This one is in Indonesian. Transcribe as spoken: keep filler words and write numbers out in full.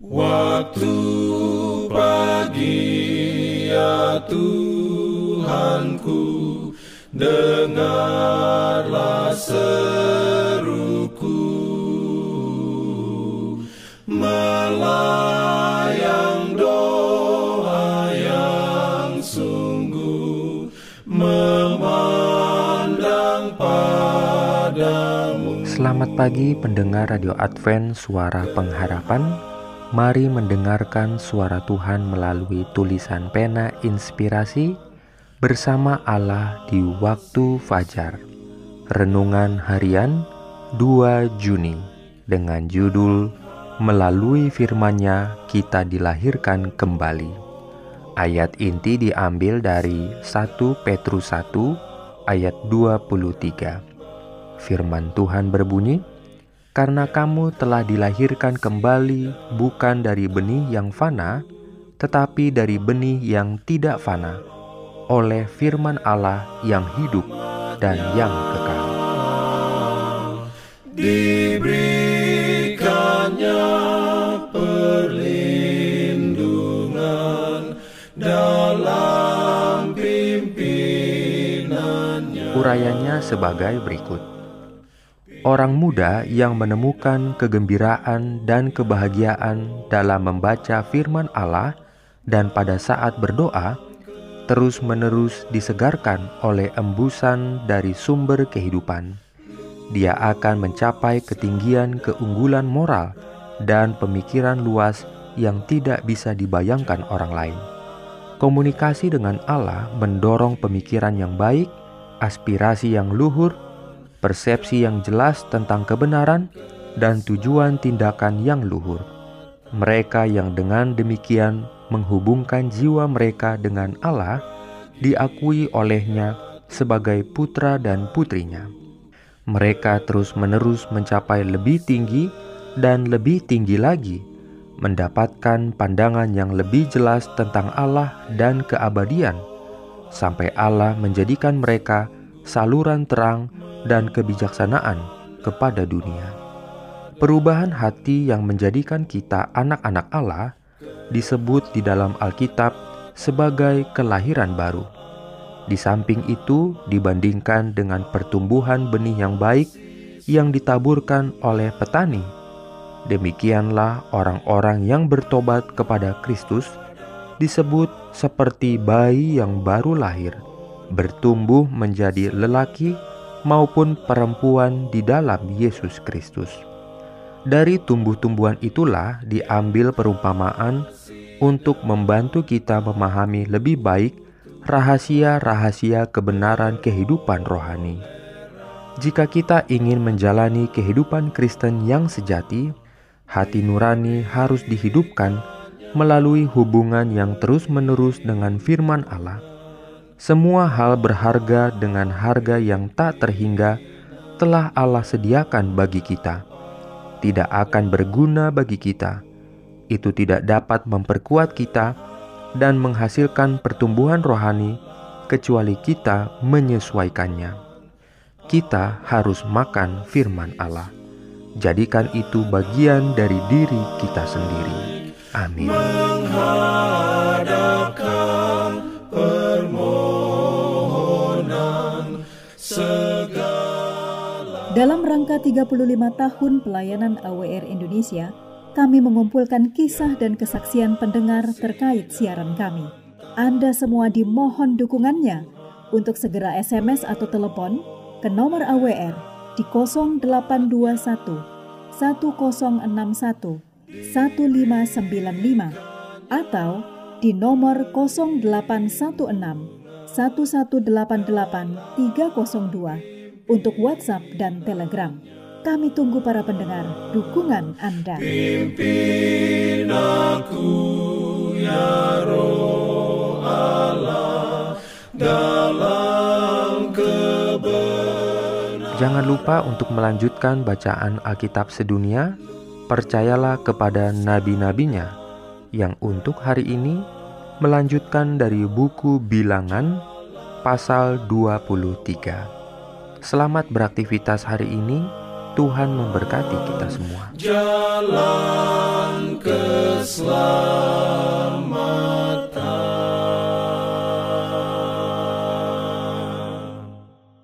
Waktu pagi ya Tuhanku, dengarlah seruku, melayang doa yang sungguh, memandang padamu. Selamat pagi pendengar Radio Advent Suara Pengharapan. Mari mendengarkan suara Tuhan melalui tulisan pena inspirasi bersama Allah di waktu fajar. Renungan harian dua Juni dengan judul Melalui firman-Nya kita dilahirkan kembali. Ayat inti diambil dari satu Petrus satu ayat dua puluh tiga. Firman Tuhan berbunyi, karena kamu telah dilahirkan kembali bukan dari benih yang fana, tetapi dari benih yang tidak fana, oleh firman Allah yang hidup dan yang kekal. Diberikannya perlindungan dalam pimpinannya. Urayanya sebagai berikut. Orang muda yang menemukan kegembiraan dan kebahagiaan dalam membaca firman Allah dan pada saat berdoa, terus-menerus disegarkan oleh embusan dari sumber kehidupan. Dia akan mencapai ketinggian keunggulan moral dan pemikiran luas yang tidak bisa dibayangkan orang lain. Komunikasi dengan Allah mendorong pemikiran yang baik, aspirasi yang luhur, persepsi yang jelas tentang kebenaran, dan tujuan tindakan yang luhur. Mereka yang dengan demikian menghubungkan jiwa mereka dengan Allah diakui olehnya sebagai putra dan putrinya. Mereka terus-menerus mencapai lebih tinggi dan lebih tinggi lagi, mendapatkan pandangan yang lebih jelas tentang Allah dan keabadian, sampai Allah menjadikan mereka saluran terang dan kebijaksanaan kepada dunia. Perubahan hati yang menjadikan kita anak-anak Allah disebut di dalam Alkitab sebagai kelahiran baru. Di samping itu, dibandingkan dengan pertumbuhan benih yang baik yang ditaburkan oleh petani, demikianlah orang-orang yang bertobat kepada Kristus disebut seperti bayi yang baru lahir, bertumbuh menjadi lelaki maupun perempuan di dalam Yesus Kristus. Dari tumbuh-tumbuhan itulah diambil perumpamaan untuk membantu kita memahami lebih baik rahasia-rahasia kebenaran kehidupan rohani. Jika kita ingin menjalani kehidupan Kristen yang sejati, hati nurani harus dihidupkan melalui hubungan yang terus-menerus dengan firman Allah. Semua hal berharga dengan harga yang tak terhingga telah Allah sediakan bagi kita. Tidak akan berguna bagi kita. Itu tidak dapat memperkuat kita dan menghasilkan pertumbuhan rohani kecuali kita menyesuaikannya. Kita harus makan firman Allah. Jadikan itu bagian dari diri kita sendiri. Amin. Dalam rangka tiga puluh lima tahun pelayanan A W R Indonesia, kami mengumpulkan kisah dan kesaksian pendengar terkait siaran kami. Anda semua dimohon dukungannya untuk segera S M S atau telepon ke nomor A W R di nol delapan dua satu, satu nol enam satu, satu lima sembilan lima atau di nomor nol delapan satu enam, satu satu delapan delapan, tiga nol dua untuk WhatsApp dan Telegram. Kami tunggu para pendengar dukungan Anda. Pimpin aku ya Roh Allah dalam kebenaran. Jangan lupa untuk melanjutkan bacaan Alkitab sedunia. Percayalah kepada nabi-nabinya yang untuk hari ini melanjutkan dari buku Bilangan pasal dua puluh tiga. Selamat beraktivitas hari ini. Tuhan memberkati kita semua. Jalan ke selamat.